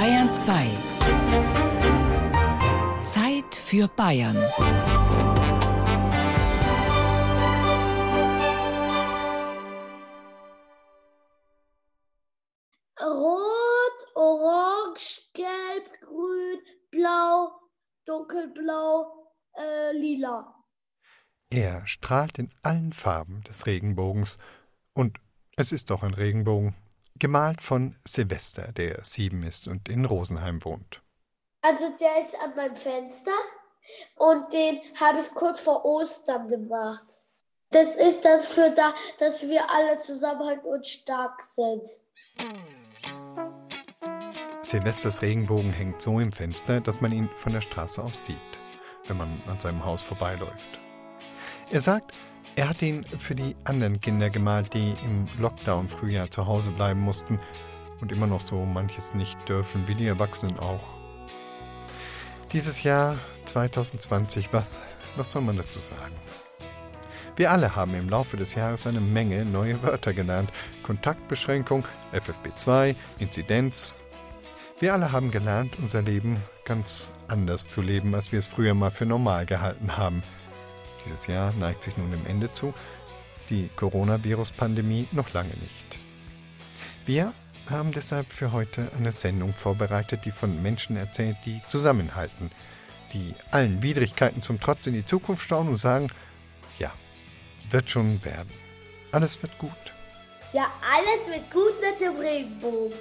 Bayern 2. Zeit für Bayern. Rot, Orange, Gelb, Grün, Blau, Dunkelblau, Lila. Er strahlt in allen Farben des Regenbogens. Und es ist doch ein Regenbogen, gemalt von Silvester, der 7 ist und in Rosenheim wohnt. Also der ist an meinem Fenster und den habe ich kurz vor Ostern gemacht. Das ist dafür da, dass wir alle zusammenhalten und stark sind. Silvesters Regenbogen hängt so im Fenster, dass man ihn von der Straße aus sieht, wenn man an seinem Haus vorbeiläuft. Er sagt, er hat ihn für die anderen Kinder gemalt, die im Lockdown-Frühjahr zu Hause bleiben mussten und immer noch so manches nicht dürfen, wie die Erwachsenen auch. Dieses Jahr 2020, was soll man dazu sagen? Wir alle haben im Laufe des Jahres eine Menge neue Wörter gelernt. Kontaktbeschränkung, FFP2, Inzidenz. Wir alle haben gelernt, unser Leben ganz anders zu leben, als wir es früher mal für normal gehalten haben. Dieses Jahr neigt sich nun dem Ende zu, die Coronavirus-Pandemie noch lange nicht. Wir haben deshalb für heute eine Sendung vorbereitet, die von Menschen erzählt, die zusammenhalten, die allen Widrigkeiten zum Trotz in die Zukunft schauen und sagen, ja, wird schon werden. Alles wird gut. Ja, alles wird gut mit dem Regenbogen.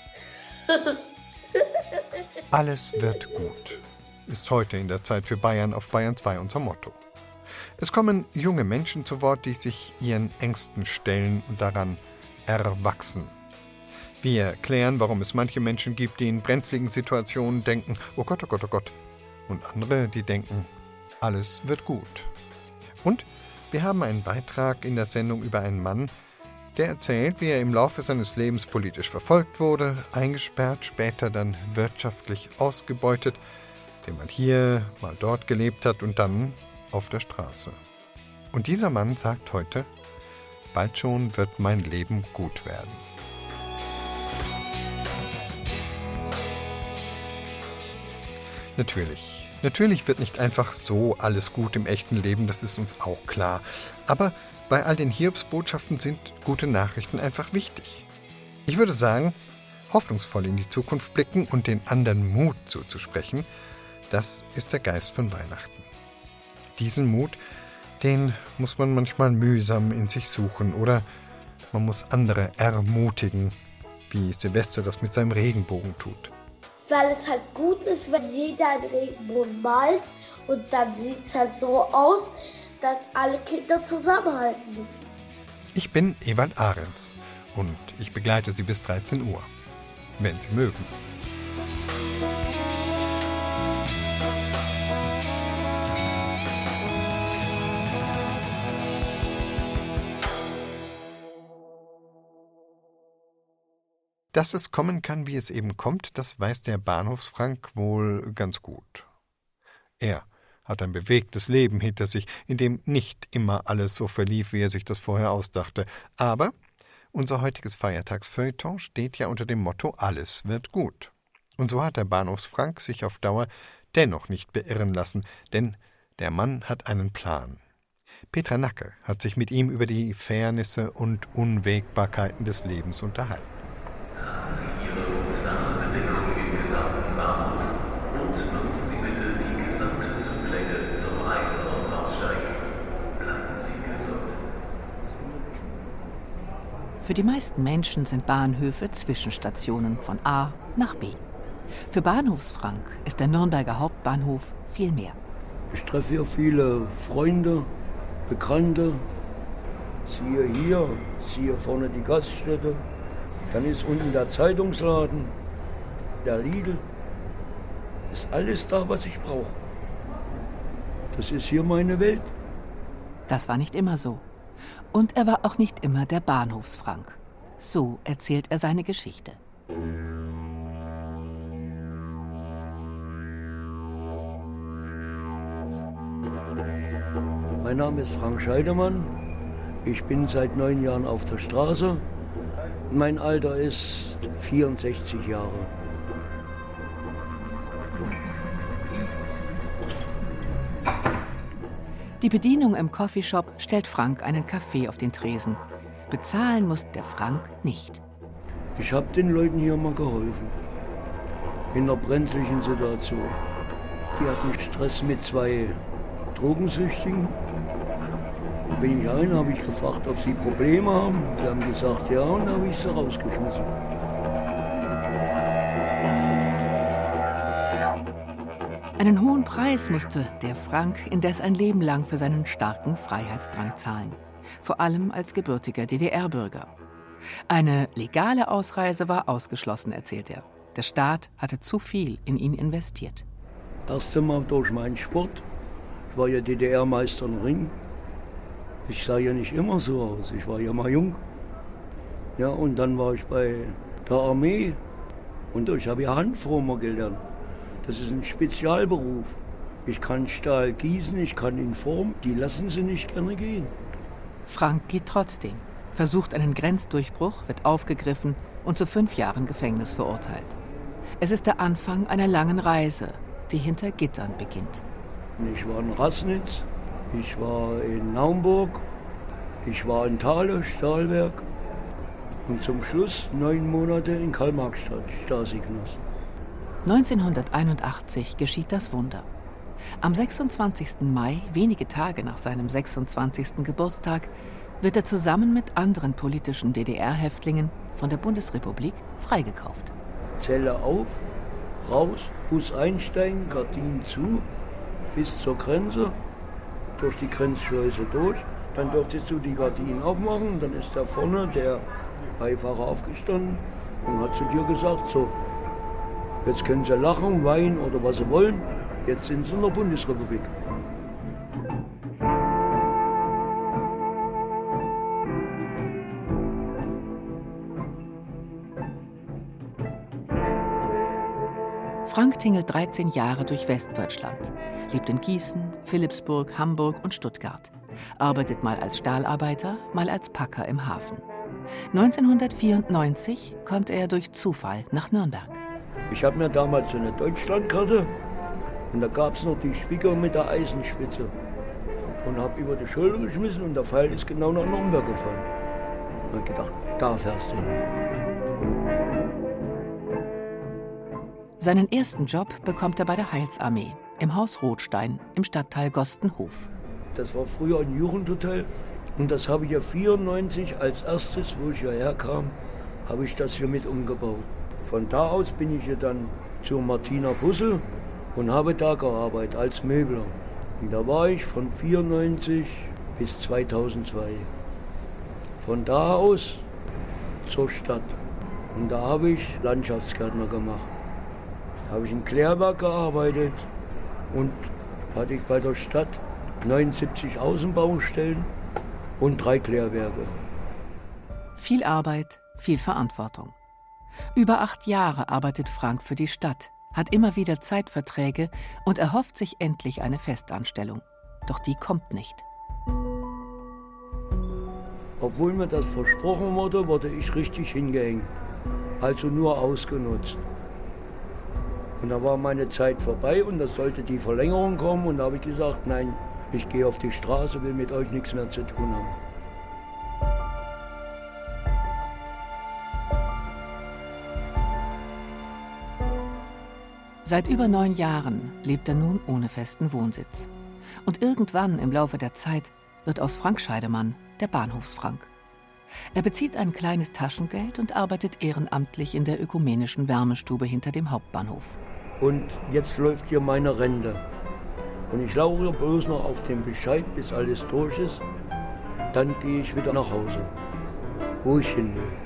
Alles wird gut, ist heute in der Zeit für Bayern auf Bayern 2 unser Motto. Es kommen junge Menschen zu Wort, die sich ihren Ängsten stellen und daran erwachsen. Wir erklären, warum es manche Menschen gibt, die in brenzligen Situationen denken, oh Gott, oh Gott, oh Gott. Und andere, die denken, alles wird gut. Und wir haben einen Beitrag in der Sendung über einen Mann, der erzählt, wie er im Laufe seines Lebens politisch verfolgt wurde, eingesperrt, später dann wirtschaftlich ausgebeutet, der mal hier, mal dort gelebt hat und dann auf der Straße. Und dieser Mann sagt heute, bald schon wird mein Leben gut werden. Natürlich wird nicht einfach so alles gut im echten Leben, das ist uns auch klar. Aber bei all den Hiobsbotschaften sind gute Nachrichten einfach wichtig. Ich würde sagen, hoffnungsvoll in die Zukunft blicken und den anderen Mut zuzusprechen, das ist der Geist von Weihnachten. Diesen Mut, den muss man manchmal mühsam in sich suchen oder man muss andere ermutigen, wie Silvester das mit seinem Regenbogen tut. Weil es halt gut ist, wenn jeder einen Regenbogen malt und dann sieht es halt so aus, dass alle Kinder zusammenhalten. Ich bin Ewald Ahrens und ich begleite Sie bis 13 Uhr, wenn Sie mögen. Dass es kommen kann, wie es eben kommt, das weiß der Bahnhofsfrank wohl ganz gut. Er hat ein bewegtes Leben hinter sich, in dem nicht immer alles so verlief, wie er sich das vorher ausdachte. Aber unser heutiges Feiertagsfeuilleton steht ja unter dem Motto »Alles wird gut«. Und so hat der Bahnhofsfrank sich auf Dauer dennoch nicht beirren lassen, denn der Mann hat einen Plan. Petra Nacke hat sich mit ihm über die Fairnisse und Unwägbarkeiten des Lebens unterhalten. Tragen Sie Ihre Notnahmebedeckung im gesamten Bahnhof und nutzen Sie bitte die gesamten Zugänge zum Ein- und Aussteigen. Bleiben Sie gesund. Für die meisten Menschen sind Bahnhöfe Zwischenstationen von A nach B. Für Bahnhofsfrank ist der Nürnberger Hauptbahnhof viel mehr. Ich treffe hier viele Freunde, Bekannte. Siehe vorne die Gaststätte. Dann ist unten der Zeitungsladen, der Lidl. Ist alles da, was ich brauche. Das ist hier meine Welt. Das war nicht immer so. Und er war auch nicht immer der Bahnhofsfrank. So erzählt er seine Geschichte. Mein Name ist Frank Scheidemann. Ich bin seit 9 Jahren auf der Straße. Mein Alter ist 64 Jahre. Die Bedienung im Coffeeshop stellt Frank einen Kaffee auf den Tresen. Bezahlen muss der Frank nicht. Ich habe den Leuten hier mal geholfen. In einer brenzlichen Situation. Die hatten Stress mit 2 Drogensüchtigen. Da bin ich rein, habe ich gefragt, ob sie Probleme haben. Die haben gesagt, ja, und dann habe ich sie rausgeschmissen. Einen hohen Preis musste der Frank indes ein Leben lang für seinen starken Freiheitsdrang zahlen. Vor allem als gebürtiger DDR-Bürger. Eine legale Ausreise war ausgeschlossen, erzählt er. Der Staat hatte zu viel in ihn investiert. Erst einmal durch meinen Sport. Ich war ja DDR-Meister im Ring. Ich sah ja nicht immer so aus. Ich war ja mal jung. Ja, und dann war ich bei der Armee. Und ich habe ja Handformer gelernt. Das ist ein Spezialberuf. Ich kann Stahl gießen, ich kann ihn formen. Die lassen sie nicht gerne gehen. Frank geht trotzdem, versucht einen Grenzdurchbruch, wird aufgegriffen und zu 5 Jahren Gefängnis verurteilt. Es ist der Anfang einer langen Reise, die hinter Gittern beginnt. Ich war in Rassnitz, ich war in Naumburg, ich war in Thale, Stahlwerk und zum Schluss 9 Monate in Karl-Marx-Stadt, Stasi-Knast. 1981 geschieht das Wunder. Am 26. Mai, wenige Tage nach seinem 26. Geburtstag, wird er zusammen mit anderen politischen DDR-Häftlingen von der Bundesrepublik freigekauft. Zelle auf, raus, Bus einsteigen, Gardinen zu, bis zur Grenze, durch die Grenzschleuse durch. Dann durftest du die Gardinen aufmachen, dann ist da vorne der Beifahrer aufgestanden und hat zu dir gesagt, so, jetzt können Sie lachen, weinen oder was Sie wollen, jetzt sind Sie in der Bundesrepublik. Frank tingelt 13 Jahre durch Westdeutschland, lebt in Gießen, Philippsburg, Hamburg und Stuttgart, arbeitet mal als Stahlarbeiter, mal als Packer im Hafen. 1994 kommt er durch Zufall nach Nürnberg. Ich habe mir damals so eine Deutschlandkarte und da gab es noch die Spicker mit der Eisenspitze und habe über die Schulter geschmissen und der Pfeil ist genau nach Nürnberg gefallen. Und ich gedacht, da fährst du hin. Seinen ersten Job bekommt er bei der Heilsarmee, im Haus Rothstein, im Stadtteil Gostenhof. Das war früher ein Jugendhotel und das habe ich ja 1994 als erstes, wo ich hierher kam, habe ich das hier mit umgebaut. Von da aus bin ich hier dann zur Martina Pussel und habe da gearbeitet als Möbler. Und da war ich von 1994 bis 2002. Von da aus zur Stadt. Und da habe ich Landschaftsgärtner gemacht. Da habe ich in Klärwerk gearbeitet und da hatte ich bei der Stadt 79 Außenbaustellen und 3 Klärwerke. Viel Arbeit, viel Verantwortung. Über 8 Jahre arbeitet Frank für die Stadt, hat immer wieder Zeitverträge und erhofft sich endlich eine Festanstellung. Doch die kommt nicht. Obwohl mir das versprochen wurde, wurde ich richtig hingehängt. Also nur ausgenutzt. Und da war meine Zeit vorbei und da sollte die Verlängerung kommen. Und da habe ich gesagt, nein, ich gehe auf die Straße, will mit euch nichts mehr zu tun haben. Seit über 9 Jahren lebt er nun ohne festen Wohnsitz. Und irgendwann im Laufe der Zeit wird aus Frank Scheidemann der Bahnhofsfrank. Er bezieht ein kleines Taschengeld und arbeitet ehrenamtlich in der ökumenischen Wärmestube hinter dem Hauptbahnhof. Und jetzt läuft hier meine Rente. Und ich lauere bloß noch auf den Bescheid, bis alles durch ist. Dann gehe ich wieder nach Hause, wo ich hin will.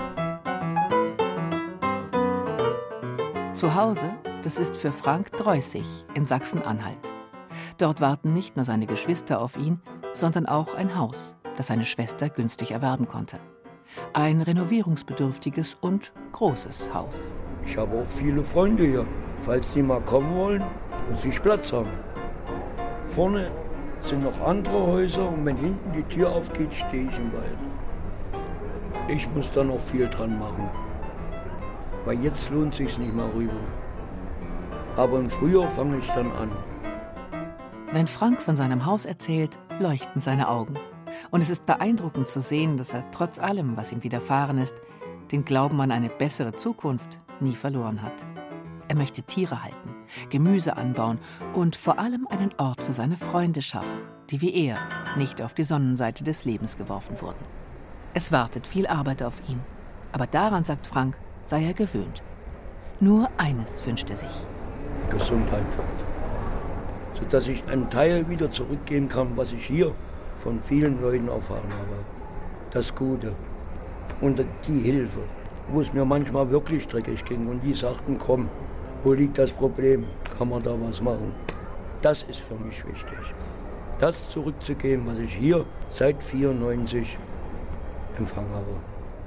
Zu Hause, das ist für Frank Dreußig in Sachsen-Anhalt. Dort warten nicht nur seine Geschwister auf ihn, sondern auch ein Haus, das seine Schwester günstig erwerben konnte. Ein renovierungsbedürftiges und großes Haus. Ich habe auch viele Freunde hier. Falls die mal kommen wollen, muss ich Platz haben. Vorne sind noch andere Häuser und wenn hinten die Tür aufgeht, stehe ich im Wald. Ich muss da noch viel dran machen. Weil jetzt lohnt es sich nicht mehr rüber. Aber im Frühjahr fange ich dann an. Wenn Frank von seinem Haus erzählt, leuchten seine Augen. Und es ist beeindruckend zu sehen, dass er trotz allem, was ihm widerfahren ist, den Glauben an eine bessere Zukunft nie verloren hat. Er möchte Tiere halten, Gemüse anbauen und vor allem einen Ort für seine Freunde schaffen, die wie er nicht auf die Sonnenseite des Lebens geworfen wurden. Es wartet viel Arbeit auf ihn, aber daran, sagt Frank, sei er gewöhnt. Nur eines wünscht er sich: Gesundheit. Sodass ich einen Teil wieder zurückgeben kann, was ich hier von vielen Leuten erfahren habe. Das Gute und die Hilfe, wo es mir manchmal wirklich dreckig ging und die sagten, komm, wo liegt das Problem, kann man da was machen. Das ist für mich wichtig. Das zurückzugeben, was ich hier seit 1994 empfangen habe.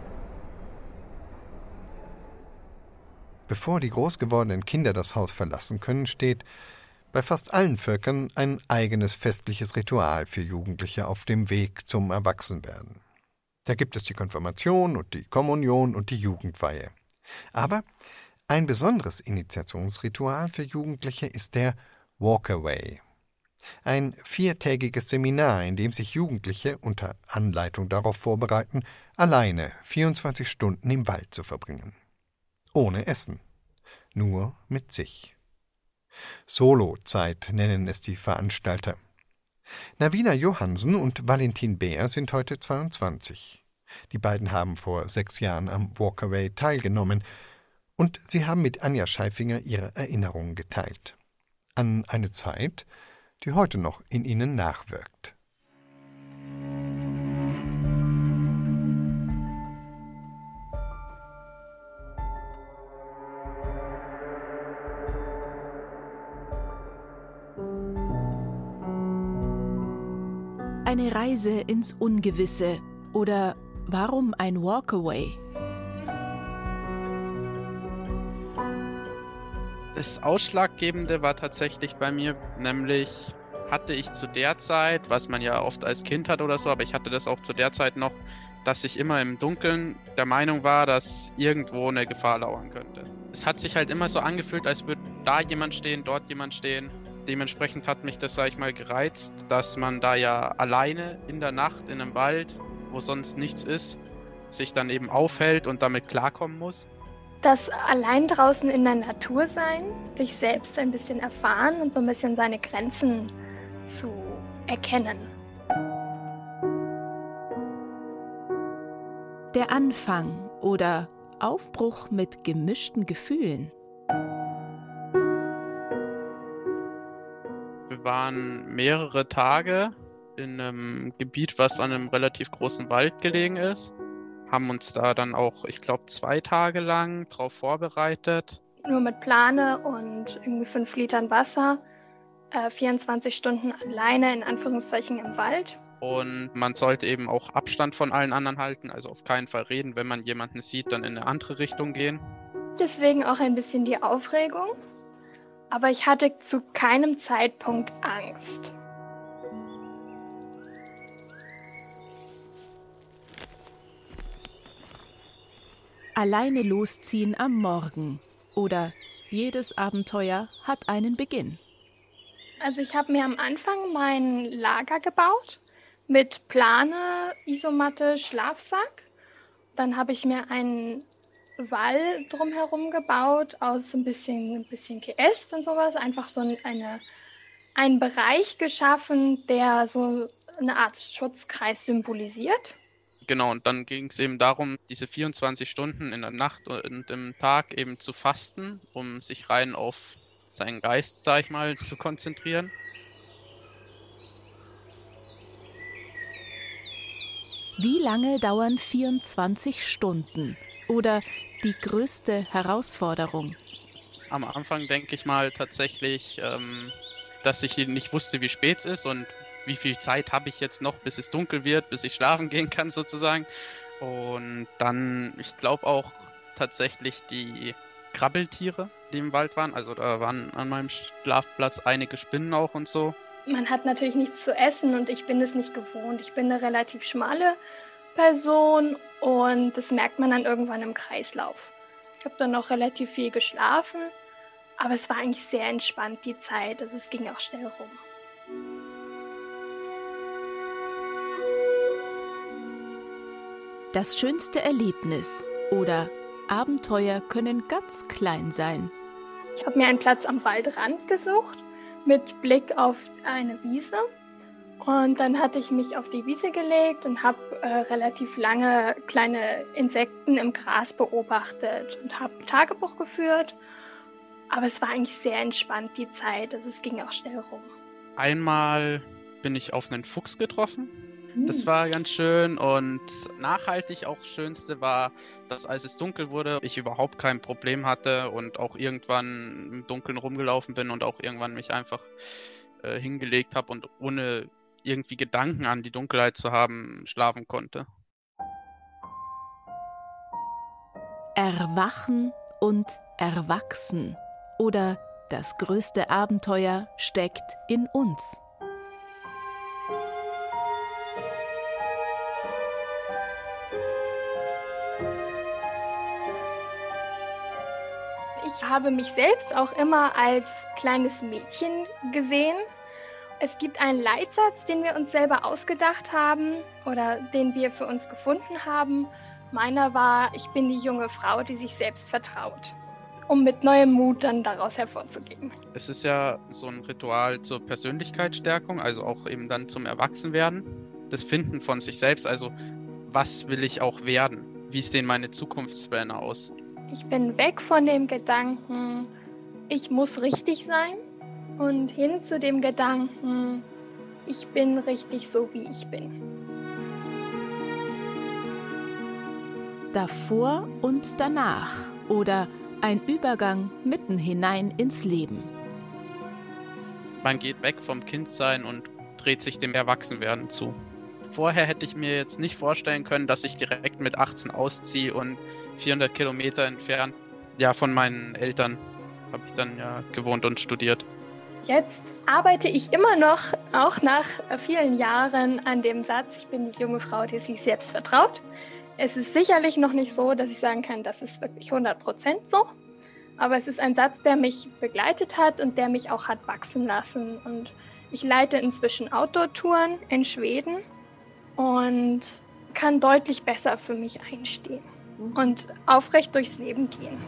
Bevor die groß gewordenen Kinder das Haus verlassen können, steht bei fast allen Völkern ein eigenes festliches Ritual für Jugendliche auf dem Weg zum Erwachsenwerden. Da gibt es die Konfirmation und die Kommunion und die Jugendweihe. Aber ein besonderes Initiationsritual für Jugendliche ist der Walkaway. Ein 4-tägiges Seminar, in dem sich Jugendliche unter Anleitung darauf vorbereiten, alleine 24 Stunden im Wald zu verbringen. Ohne Essen. Nur mit sich. Solozeit nennen es die Veranstalter. Navina Johansen und Valentin Beer sind heute 22. Die beiden haben vor 6 Jahren am Walkaway teilgenommen und sie haben mit Anja Scheifinger ihre Erinnerungen geteilt. An eine Zeit, die heute noch in ihnen nachwirkt. Eine Reise ins Ungewisse oder warum ein Walkaway? Das Ausschlaggebende war tatsächlich bei mir, nämlich hatte ich zu der Zeit, was man ja oft als Kind hat oder so, aber ich hatte das auch zu der Zeit noch, dass ich immer im Dunkeln der Meinung war, dass irgendwo eine Gefahr lauern könnte. Es hat sich halt immer so angefühlt, als würde da jemand stehen, dort jemand stehen. Dementsprechend hat mich das, sag ich mal, gereizt, dass man da ja alleine in der Nacht in einem Wald, wo sonst nichts ist, sich dann eben aufhält und damit klarkommen muss. Das allein draußen in der Natur sein, sich selbst ein bisschen erfahren und so ein bisschen seine Grenzen zu erkennen. Der Anfang oder Aufbruch mit gemischten Gefühlen. Wir waren mehrere Tage in einem Gebiet, was an einem relativ großen Wald gelegen ist. Haben uns da dann auch, ich glaube, 2 Tage lang drauf vorbereitet. Nur mit Plane und irgendwie 5 Litern Wasser, 24 Stunden alleine in Anführungszeichen im Wald. Und man sollte eben auch Abstand von allen anderen halten, also auf keinen Fall reden. Wenn man jemanden sieht, dann in eine andere Richtung gehen. Deswegen auch ein bisschen die Aufregung. Aber ich hatte zu keinem Zeitpunkt Angst. Alleine losziehen am Morgen oder jedes Abenteuer hat einen Beginn. Also ich habe mir am Anfang mein Lager gebaut mit Plane, Isomatte, Schlafsack. Dann habe ich mir einen Wall drumherum gebaut aus ein bisschen Geäst und sowas. Einfach so einen Bereich geschaffen, der so eine Art Schutzkreis symbolisiert. Genau, und dann ging es eben darum, diese 24 Stunden in der Nacht und im Tag eben zu fasten, um sich rein auf seinen Geist, sag ich mal, zu konzentrieren. Wie lange dauern 24 Stunden? Oder die größte Herausforderung? Am Anfang denke ich mal tatsächlich, dass ich nicht wusste, wie spät es ist und wie viel Zeit habe ich jetzt noch, bis es dunkel wird, bis ich schlafen gehen kann sozusagen. Und dann, ich glaube auch tatsächlich die Krabbeltiere, die im Wald waren. Also da waren an meinem Schlafplatz einige Spinnen auch und so. Man hat natürlich nichts zu essen und ich bin es nicht gewohnt. Ich bin eine relativ schmale Person und das merkt man dann irgendwann im Kreislauf. Ich habe dann noch relativ viel geschlafen, aber es war eigentlich sehr entspannt die Zeit. Also es ging auch schnell rum. Das schönste Erlebnis oder Abenteuer können ganz klein sein. Ich habe mir einen Platz am Waldrand gesucht, mit Blick auf eine Wiese. Und dann hatte ich mich auf die Wiese gelegt und habe relativ lange kleine Insekten im Gras beobachtet und habe Tagebuch geführt. Aber es war eigentlich sehr entspannt, die Zeit. Also es ging auch schnell rum. Einmal bin ich auf einen Fuchs getroffen. Das war ganz schön und nachhaltig auch das Schönste war, dass als es dunkel wurde, ich überhaupt kein Problem hatte und auch irgendwann im Dunkeln rumgelaufen bin und auch irgendwann mich einfach hingelegt habe und ohne irgendwie Gedanken an die Dunkelheit zu haben, schlafen konnte. Erwachen und erwachsen oder das größte Abenteuer steckt in uns. Ich habe mich selbst auch immer als kleines Mädchen gesehen. Es gibt einen Leitsatz, den wir uns selber ausgedacht haben oder den wir für uns gefunden haben. Meiner war, ich bin die junge Frau, die sich selbst vertraut, um mit neuem Mut dann daraus hervorzugehen. Es ist ja so ein Ritual zur Persönlichkeitsstärkung, also auch eben dann zum Erwachsenwerden. Das Finden von sich selbst, also was will ich auch werden? Wie sehen meine Zukunftspläne aus? Ich bin weg von dem Gedanken, ich muss richtig sein und hin zu dem Gedanken, ich bin richtig so, wie ich bin. Davor und danach oder ein Übergang mitten hinein ins Leben. Man geht weg vom Kindsein und dreht sich dem Erwachsenwerden zu. Vorher hätte ich mir jetzt nicht vorstellen können, dass ich direkt mit 18 ausziehe und 400 Kilometer entfernt, ja, von meinen Eltern habe ich dann ja gewohnt und studiert. Jetzt arbeite ich immer noch, auch nach vielen Jahren, an dem Satz, ich bin die junge Frau, die sich selbst vertraut. Es ist sicherlich noch nicht so, dass ich sagen kann, das ist wirklich 100% so. Aber es ist ein Satz, der mich begleitet hat und der mich auch hat wachsen lassen. Und ich leite inzwischen Outdoor-Touren in Schweden und kann deutlich besser für mich einstehen und aufrecht durchs Leben gehen.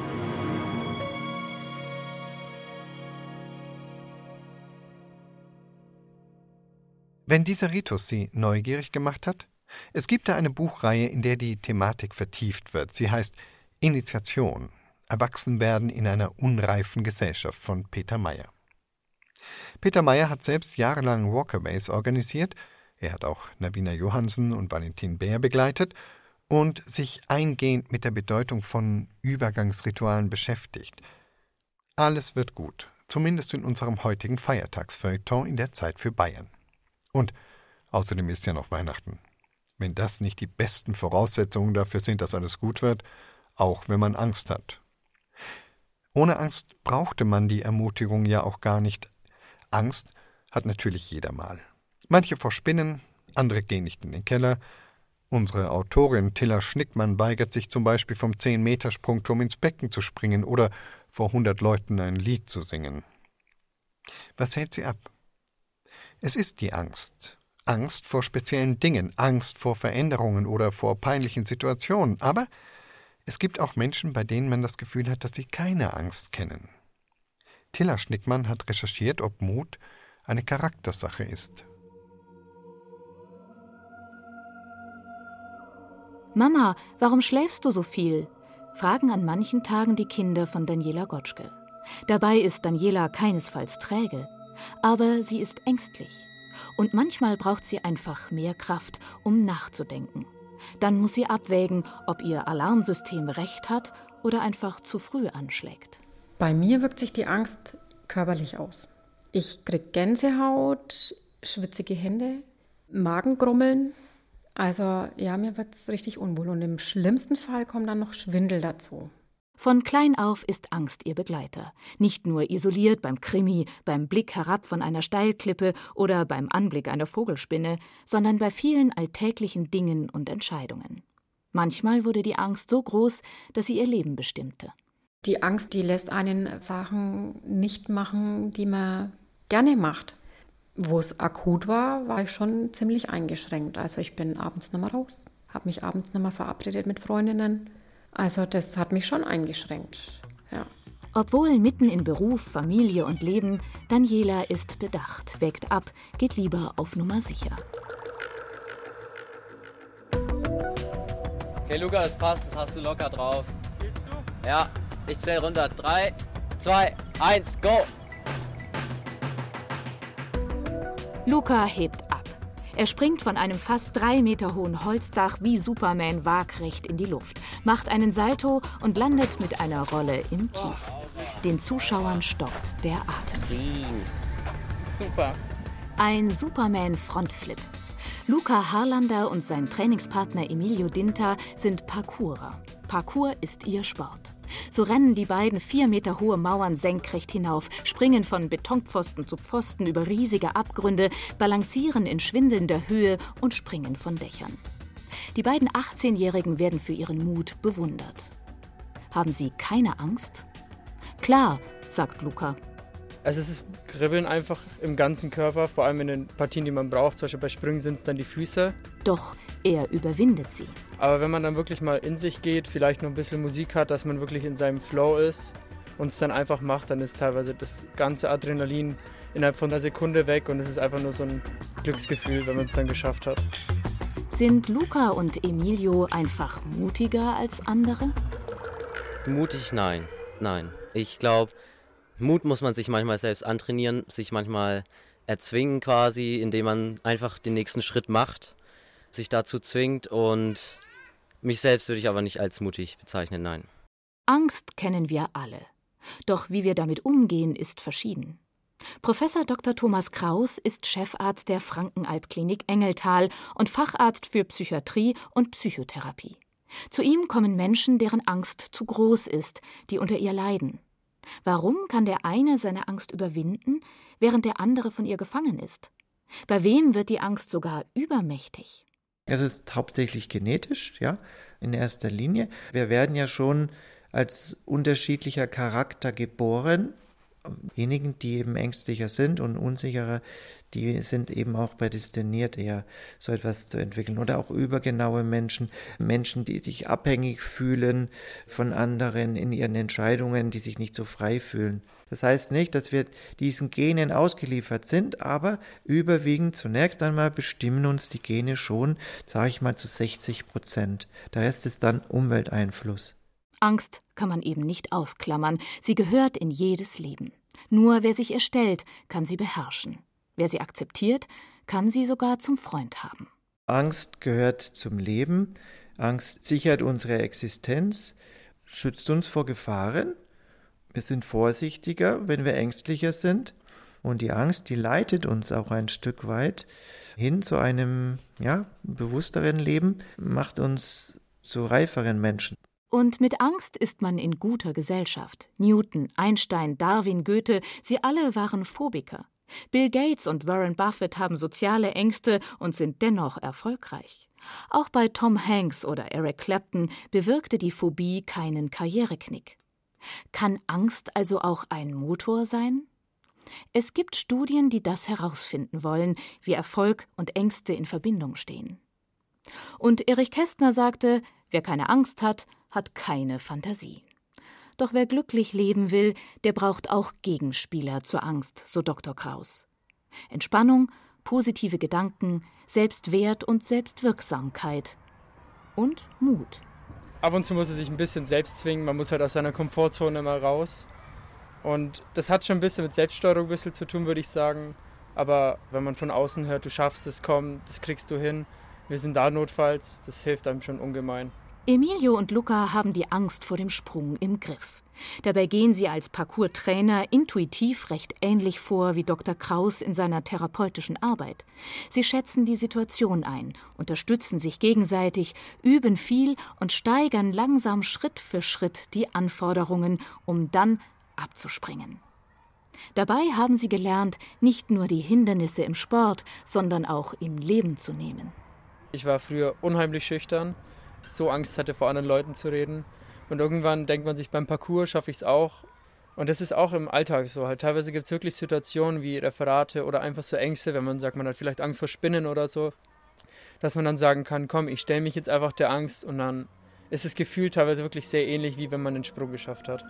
Wenn dieser Ritus Sie neugierig gemacht hat, es gibt da eine Buchreihe, in der die Thematik vertieft wird. Sie heißt Initiation, Erwachsenwerden in einer unreifen Gesellschaft von Peter Meyer. Peter Meyer hat selbst jahrelang Walkaways organisiert, er hat auch Navina Johansen und Valentin Bär begleitet und sich eingehend mit der Bedeutung von Übergangsritualen beschäftigt. Alles wird gut, zumindest in unserem heutigen Feiertagsfeuilleton in der Zeit für Bayern. Und außerdem ist ja noch Weihnachten. Wenn das nicht die besten Voraussetzungen dafür sind, dass alles gut wird, auch wenn man Angst hat. Ohne Angst brauchte man die Ermutigung ja auch gar nicht. Angst hat natürlich jeder mal. Manche vor Spinnen, andere gehen nicht in den Keller. Unsere Autorin Tilla Schnickmann weigert sich zum Beispiel vom 10-Meter-Sprungturm ins Becken zu springen oder vor 100 Leuten ein Lied zu singen. Was hält sie ab? Es ist die Angst. Angst vor speziellen Dingen, Angst vor Veränderungen oder vor peinlichen Situationen. Aber es gibt auch Menschen, bei denen man das Gefühl hat, dass sie keine Angst kennen. Tilla Schnickmann hat recherchiert, ob Mut eine Charaktersache ist. »Mama, warum schläfst du so viel?« fragen an manchen Tagen die Kinder von Daniela Gotschke. Dabei ist Daniela keinesfalls träge, aber sie ist ängstlich. Und manchmal braucht sie einfach mehr Kraft, um nachzudenken. Dann muss sie abwägen, ob ihr Alarmsystem recht hat oder einfach zu früh anschlägt. Bei mir wirkt sich die Angst körperlich aus. Ich kriege Gänsehaut, schwitzige Hände, Magengrummeln. Also ja, mir wird es richtig unwohl. Und im schlimmsten Fall kommt dann noch Schwindel dazu. Von klein auf ist Angst ihr Begleiter. Nicht nur isoliert beim Krimi, beim Blick herab von einer Steilklippe oder beim Anblick einer Vogelspinne, sondern bei vielen alltäglichen Dingen und Entscheidungen. Manchmal wurde die Angst so groß, dass sie ihr Leben bestimmte. Die Angst, die lässt einen Sachen nicht machen, die man gerne macht. Wo es akut war, war ich schon ziemlich eingeschränkt. Also ich bin abends nicht mehr raus. habe mich abends nicht mehr verabredet mit Freundinnen. Also das hat mich schon eingeschränkt, ja. Obwohl mitten in Beruf, Familie und Leben, Daniela ist bedacht, wägt ab, geht lieber auf Nummer sicher. Okay, Luca, das passt, das hast du locker drauf. Willst du? Ja, ich zähle runter. 3, 2, 1, go! Luca hebt ab. Er springt von einem fast 3 Meter hohen Holzdach wie Superman waagrecht in die Luft, macht einen Salto und landet mit einer Rolle im Kies. Den Zuschauern stockt der Atem. Super. Ein Superman-Frontflip. Luca Harlander und sein Trainingspartner Emilio Dinter sind Parkourer. Parkour ist ihr Sport. So rennen die beiden 4 Meter hohe Mauern senkrecht hinauf, springen von Betonpfosten zu Pfosten über riesige Abgründe, balancieren in schwindelnder Höhe und springen von Dächern. Die beiden 18-Jährigen werden für ihren Mut bewundert. Haben sie keine Angst? Klar, sagt Luca. Also es ist Kribbeln einfach im ganzen Körper, vor allem in den Partien, die man braucht. Zum Beispiel bei Sprüngen sind es dann die Füße. Doch er überwindet sie. Aber wenn man dann wirklich mal in sich geht, vielleicht noch ein bisschen Musik hat, dass man wirklich in seinem Flow ist und es dann einfach macht, dann ist teilweise das ganze Adrenalin innerhalb von einer Sekunde weg und es ist einfach nur so ein Glücksgefühl, wenn man es dann geschafft hat. Sind Luca und Emilio einfach mutiger als andere? Mutig, nein. Ich glaube, Mut muss man sich manchmal selbst antrainieren, sich manchmal erzwingen quasi, indem man einfach den nächsten Schritt macht, sich dazu zwingt, und mich selbst würde ich aber nicht als mutig bezeichnen, nein. Angst kennen wir alle. Doch wie wir damit umgehen, ist verschieden. Professor Dr. Thomas Kraus ist Chefarzt der Frankenalb-Klinik Engeltal und Facharzt für Psychiatrie und Psychotherapie. Zu ihm kommen Menschen, deren Angst zu groß ist, die unter ihr leiden. Warum kann der eine seine Angst überwinden, während der andere von ihr gefangen ist? Bei wem wird die Angst sogar übermächtig? Es ist hauptsächlich genetisch, ja, in erster Linie. Wir werden ja schon als unterschiedlicher Charakter geboren. Diejenigen, die eben ängstlicher sind und unsicherer, die sind eben auch prädestiniert, eher so etwas zu entwickeln. Oder auch übergenaue Menschen, die sich abhängig fühlen von anderen in ihren Entscheidungen, die sich nicht so frei fühlen. Das heißt nicht, dass wir diesen Genen ausgeliefert sind, aber überwiegend zunächst einmal bestimmen uns die Gene schon, sage ich mal, zu 60%. Der Rest ist dann Umwelteinfluss. Angst kann man eben nicht ausklammern. Sie gehört in jedes Leben. Nur wer sich ihr stellt, kann sie beherrschen. Wer sie akzeptiert, kann sie sogar zum Freund haben. Angst gehört zum Leben. Angst sichert unsere Existenz, schützt uns vor Gefahren. Wir sind vorsichtiger, wenn wir ängstlicher sind. Und die Angst, die leitet uns auch ein Stück weit hin zu einem bewussteren Leben, macht uns zu reiferen Menschen. Und mit Angst ist man in guter Gesellschaft. Newton, Einstein, Darwin, Goethe, sie alle waren Phobiker. Bill Gates und Warren Buffett haben soziale Ängste und sind dennoch erfolgreich. Auch bei Tom Hanks oder Eric Clapton bewirkte die Phobie keinen Karriereknick. Kann Angst also auch ein Motor sein? Es gibt Studien, die das herausfinden wollen, wie Erfolg und Ängste in Verbindung stehen. Und Erich Kästner sagte, wer keine Angst hat, hat keine Fantasie. Doch wer glücklich leben will, der braucht auch Gegenspieler zur Angst, so Dr. Kraus. Entspannung, positive Gedanken, Selbstwert und Selbstwirksamkeit. Und Mut. Ab und zu muss er sich ein bisschen selbst zwingen, man muss halt aus seiner Komfortzone mal raus. Und das hat schon ein bisschen mit Selbststeuerung zu tun, würde ich sagen. Aber wenn man von außen hört, du schaffst es, komm, das kriegst du hin, wir sind da notfalls, das hilft einem schon ungemein. Emilio und Luca haben die Angst vor dem Sprung im Griff. Dabei gehen sie als Parkour-Trainer intuitiv recht ähnlich vor wie Dr. Kraus in seiner therapeutischen Arbeit. Sie schätzen die Situation ein, unterstützen sich gegenseitig, üben viel und steigern langsam Schritt für Schritt die Anforderungen, um dann abzuspringen. Dabei haben sie gelernt, nicht nur die Hindernisse im Sport, sondern auch im Leben zu nehmen. Ich war früher unheimlich schüchtern, so Angst hatte, vor anderen Leuten zu reden. Und irgendwann denkt man sich, beim Parkour schaffe ich es auch. Und das ist auch im Alltag so. Halt, teilweise gibt es wirklich Situationen wie Referate oder einfach so Ängste, wenn man sagt, man hat vielleicht Angst vor Spinnen oder so. dass man dann sagen kann, komm, ich stelle mich jetzt einfach der Angst und dann ist das Gefühl teilweise wirklich sehr ähnlich, wie wenn man den Sprung geschafft hat.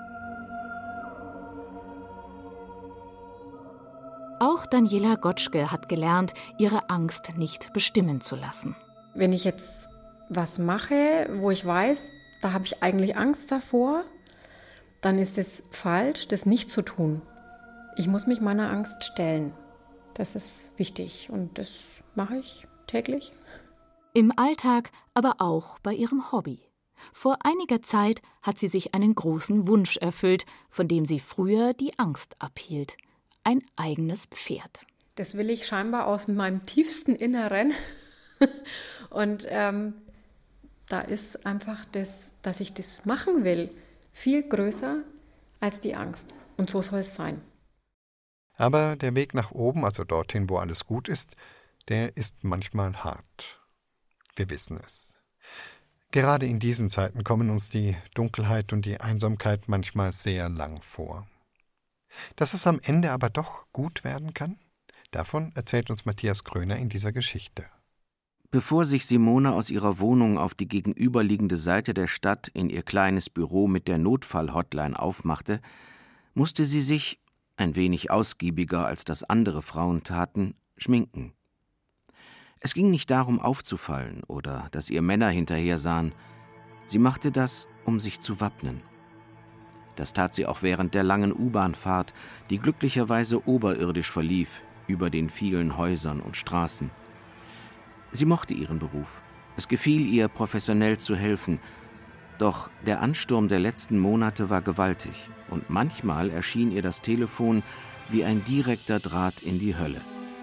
Auch Daniela Gotschke hat gelernt, ihre Angst nicht bestimmen zu lassen. Wenn ich jetzt was mache, wo ich weiß, da habe ich eigentlich Angst davor, dann ist es falsch, das nicht zu tun. Ich muss mich meiner Angst stellen. Das ist wichtig und das mache ich täglich. Im Alltag, aber auch bei ihrem Hobby. Vor einiger Zeit hat sie sich einen großen Wunsch erfüllt, von dem sie früher die Angst abhielt. Ein eigenes Pferd. Das will ich scheinbar aus meinem tiefsten Inneren. Und da ist einfach das, dass ich das machen will, viel größer als die Angst. Und so soll es sein. Aber der Weg nach oben, also dorthin, wo alles gut ist, der ist manchmal hart. Wir wissen es. Gerade in diesen Zeiten kommen uns die Dunkelheit und die Einsamkeit manchmal sehr lang vor. Dass es am Ende aber doch gut werden kann, davon erzählt uns Matthias Kröner in dieser Geschichte. Bevor sich Simone aus ihrer Wohnung auf die gegenüberliegende Seite der Stadt in ihr kleines Büro mit der Notfall-Hotline aufmachte, musste sie sich, ein wenig ausgiebiger als das andere Frauen taten, schminken. Es ging nicht darum, aufzufallen oder dass ihr Männer hinterher sahen. Sie machte das, um sich zu wappnen. Das tat sie auch während der langen U-Bahn-Fahrt, die glücklicherweise oberirdisch verlief, über den vielen Häusern und Straßen. Sie mochte ihren Beruf. Es gefiel ihr, professionell zu helfen. Doch der Ansturm der letzten Monate war gewaltig und manchmal erschien ihr das Telefon wie ein direkter Draht in die Hölle.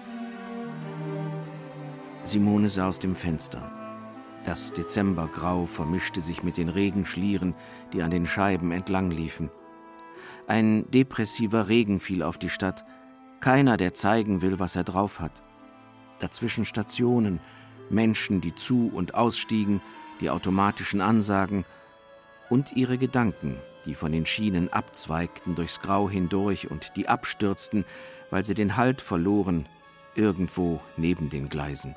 Simone sah aus dem Fenster. Das Dezembergrau vermischte sich mit den Regenschlieren, die an den Scheiben entlang liefen. Ein depressiver Regen fiel auf die Stadt. Keiner, der zeigen will, was er drauf hat. Dazwischen Stationen, Menschen, die zu- und ausstiegen, die automatischen Ansagen und ihre Gedanken, die von den Schienen abzweigten durchs Grau hindurch und die abstürzten, weil sie den Halt verloren, irgendwo neben den Gleisen.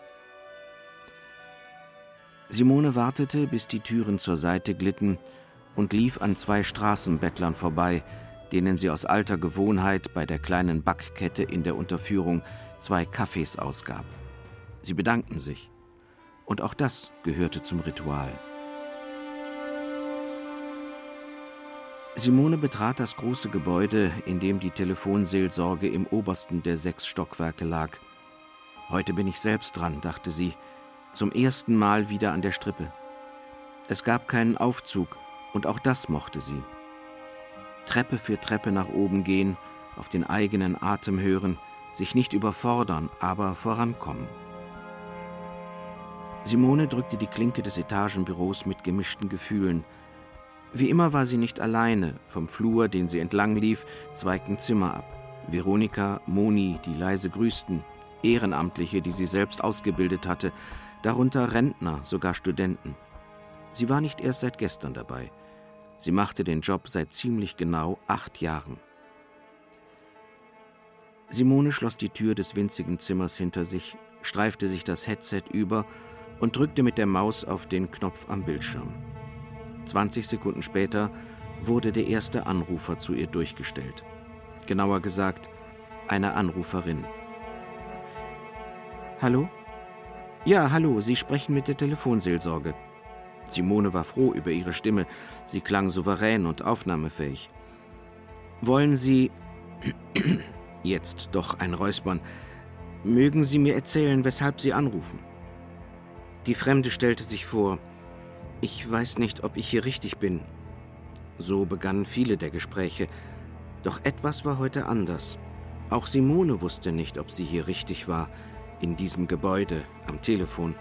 Simone wartete, bis die Türen zur Seite glitten und lief an 2 Straßenbettlern vorbei, denen sie aus alter Gewohnheit bei der kleinen Backkette in der Unterführung 2 Kaffees ausgab. Sie bedankten sich. Und auch das gehörte zum Ritual. Simone betrat das große Gebäude, in dem die Telefonseelsorge im obersten der 6 Stockwerke lag. Heute bin ich selbst dran, dachte sie, zum ersten Mal wieder an der Strippe. Es gab keinen Aufzug und auch das mochte sie. Treppe für Treppe nach oben gehen, auf den eigenen Atem hören, sich nicht überfordern, aber vorankommen. Simone drückte die Klinke des Etagenbüros mit gemischten Gefühlen. Wie immer war sie nicht alleine. Vom Flur, den sie entlang lief, zweigten Zimmer ab. Veronika, Moni, die leise grüßten, Ehrenamtliche, die sie selbst ausgebildet hatte, darunter Rentner, sogar Studenten. Sie war nicht erst seit gestern dabei. Sie machte den Job seit ziemlich genau 8 Jahren. Simone schloss die Tür des winzigen Zimmers hinter sich, streifte sich das Headset über und drückte mit der Maus auf den Knopf am Bildschirm. 20 Sekunden später wurde der erste Anrufer zu ihr durchgestellt. Genauer gesagt, eine Anruferin. »Hallo?« »Ja, hallo, Sie sprechen mit der Telefonseelsorge.« Simone war froh über ihre Stimme. Sie klang souverän und aufnahmefähig. »Wollen Sie...« Jetzt doch ein Räuspern. »Mögen Sie mir erzählen, weshalb Sie anrufen?« Die Fremde stellte sich vor. »Ich weiß nicht, ob ich hier richtig bin.« So begannen viele der Gespräche. Doch etwas war heute anders. Auch Simone wusste nicht, ob sie hier richtig war, in diesem Gebäude, am Telefon.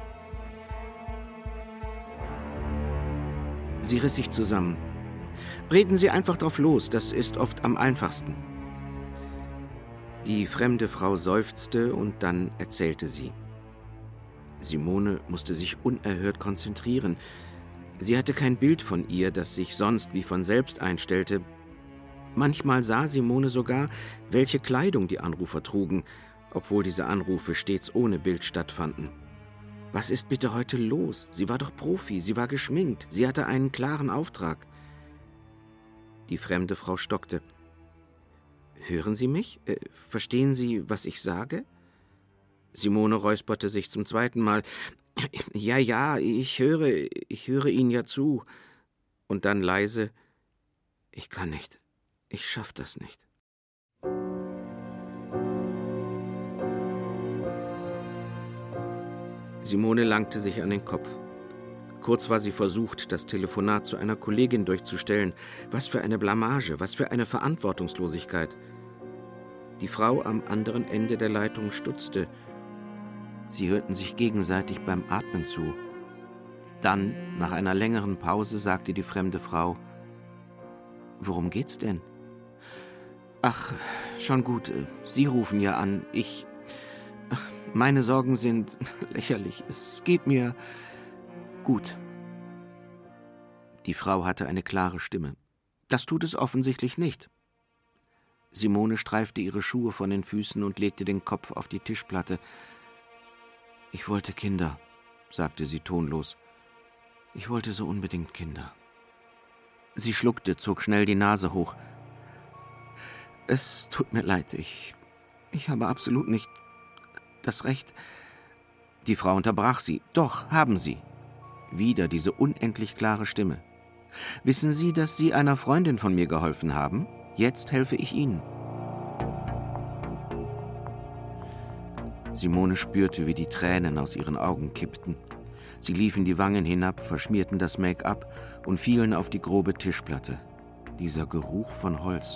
Sie riss sich zusammen. »Reden Sie einfach drauf los, das ist oft am einfachsten.« Die fremde Frau seufzte und dann erzählte sie. Simone musste sich unerhört konzentrieren. Sie hatte kein Bild von ihr, das sich sonst wie von selbst einstellte. Manchmal sah Simone sogar, welche Kleidung die Anrufer trugen, obwohl diese Anrufe stets ohne Bild stattfanden. Was ist bitte heute los? Sie war doch Profi, sie war geschminkt, sie hatte einen klaren Auftrag. Die fremde Frau stockte. »Hören Sie mich? Verstehen Sie, was ich sage?« Simone räusperte sich zum zweiten Mal. »Ja, ich höre Ihnen ja zu.« Und dann leise, »Ich kann nicht, ich schaff das nicht.« Simone langte sich an den Kopf. Kurz war sie versucht, das Telefonat zu einer Kollegin durchzustellen. Was für eine Blamage, was für eine Verantwortungslosigkeit. Die Frau am anderen Ende der Leitung stutzte. Sie hörten sich gegenseitig beim Atmen zu. Dann, nach einer längeren Pause, sagte die fremde Frau, »Worum geht's denn?« »Ach, schon gut, Sie rufen ja an. Meine Sorgen sind lächerlich. Es geht mir gut.« Die Frau hatte eine klare Stimme. Das tut es offensichtlich nicht. Simone streifte ihre Schuhe von den Füßen und legte den Kopf auf die Tischplatte. »Ich wollte Kinder«, sagte sie tonlos. »Ich wollte so unbedingt Kinder.« Sie schluckte, zog schnell die Nase hoch. »Es tut mir leid, ich habe absolut nicht das Recht.« Die Frau unterbrach sie. »Doch, haben Sie.« Wieder diese unendlich klare Stimme. »Wissen Sie, dass Sie einer Freundin von mir geholfen haben? Jetzt helfe ich Ihnen.« Simone spürte, wie die Tränen aus ihren Augen kippten. Sie liefen die Wangen hinab, verschmierten das Make-up und fielen auf die grobe Tischplatte. Dieser Geruch von Holz.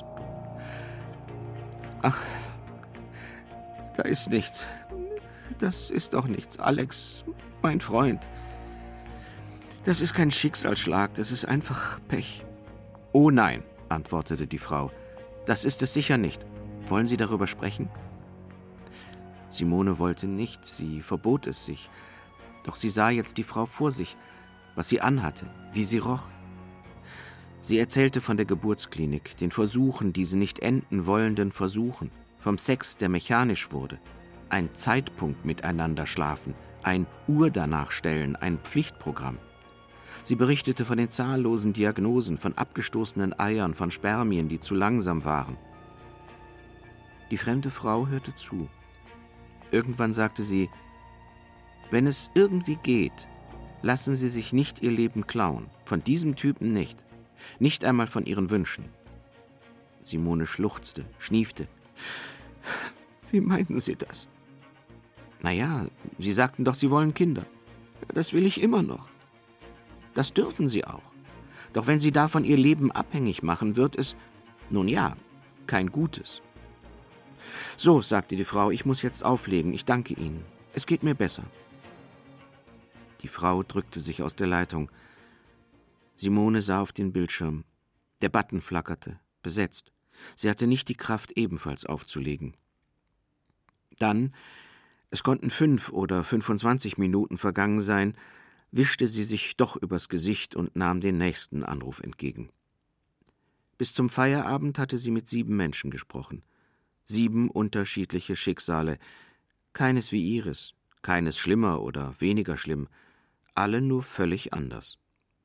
»Ach, da ist nichts. Das ist doch nichts. Alex, mein Freund. Das ist kein Schicksalsschlag, das ist einfach Pech.« »Oh nein«, antwortete die Frau. »Das ist es sicher nicht. Wollen Sie darüber sprechen?« Simone wollte nicht, sie verbot es sich. Doch sie sah jetzt die Frau vor sich, was sie anhatte, wie sie roch. Sie erzählte von der Geburtsklinik, den Versuchen, diese nicht enden wollenden Versuchen, vom Sex, der mechanisch wurde, ein Zeitpunkt miteinander schlafen, ein Uhr danach stellen, ein Pflichtprogramm. Sie berichtete von den zahllosen Diagnosen, von abgestoßenen Eiern, von Spermien, die zu langsam waren. Die fremde Frau hörte zu. Irgendwann sagte sie, »Wenn es irgendwie geht, lassen Sie sich nicht Ihr Leben klauen. Von diesem Typen nicht. Nicht einmal von Ihren Wünschen.« Simone schluchzte, schniefte. »Wie meinten Sie das?« »Naja, Sie sagten doch, Sie wollen Kinder. Das will ich immer noch. Das dürfen Sie auch. Doch wenn Sie davon Ihr Leben abhängig machen, wird es, nun ja, kein Gutes.« »So«, sagte die Frau, »ich muss jetzt auflegen. Ich danke Ihnen. Es geht mir besser.« Die Frau drückte sich aus der Leitung. Simone sah auf den Bildschirm. Der Button flackerte, besetzt. Sie hatte nicht die Kraft, ebenfalls aufzulegen. Dann, es konnten 5 oder 25 Minuten vergangen sein, wischte sie sich doch übers Gesicht und nahm den nächsten Anruf entgegen. Bis zum Feierabend hatte sie mit 7 Menschen gesprochen. 7 unterschiedliche Schicksale, keines wie ihres, keines schlimmer oder weniger schlimm, alle nur völlig anders.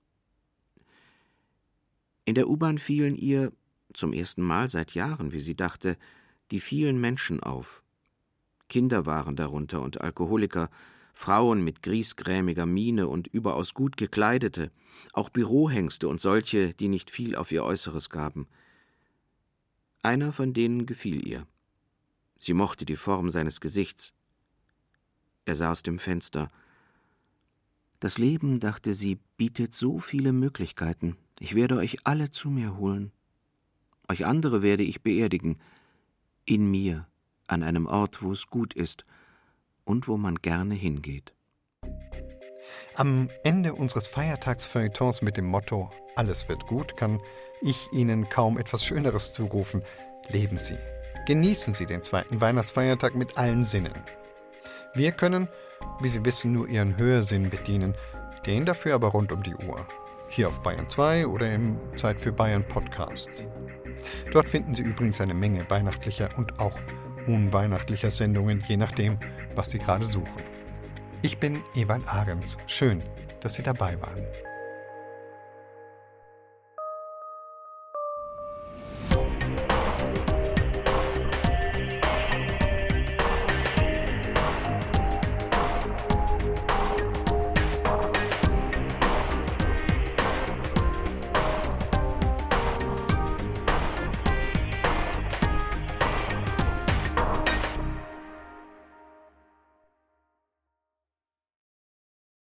In der U-Bahn fielen ihr, zum ersten Mal seit Jahren, wie sie dachte, die vielen Menschen auf. Kinder waren darunter und Alkoholiker, Frauen mit griesgrämiger Miene und überaus gut gekleidete, auch Bürohengste und solche, die nicht viel auf ihr Äußeres gaben. Einer von denen gefiel ihr. Sie mochte die Form seines Gesichts. Er sah aus dem Fenster. Das Leben, dachte sie, bietet so viele Möglichkeiten. Ich werde euch alle zu mir holen. Euch andere werde ich beerdigen. In mir, an einem Ort, wo es gut ist und wo man gerne hingeht. Am Ende unseres Feiertagsfeuilletons mit dem Motto »Alles wird gut« kann ich Ihnen kaum etwas Schöneres zurufen. Leben Sie. Genießen Sie den zweiten Weihnachtsfeiertag mit allen Sinnen. Wir können, wie Sie wissen, nur Ihren Hörsinn bedienen, gehen dafür aber rund um die Uhr. Hier auf Bayern 2 oder im Zeit für Bayern Podcast. Dort finden Sie übrigens eine Menge weihnachtlicher und auch unweihnachtlicher Sendungen, je nachdem, was Sie gerade suchen. Ich bin Ewald Ahrens. Schön, dass Sie dabei waren.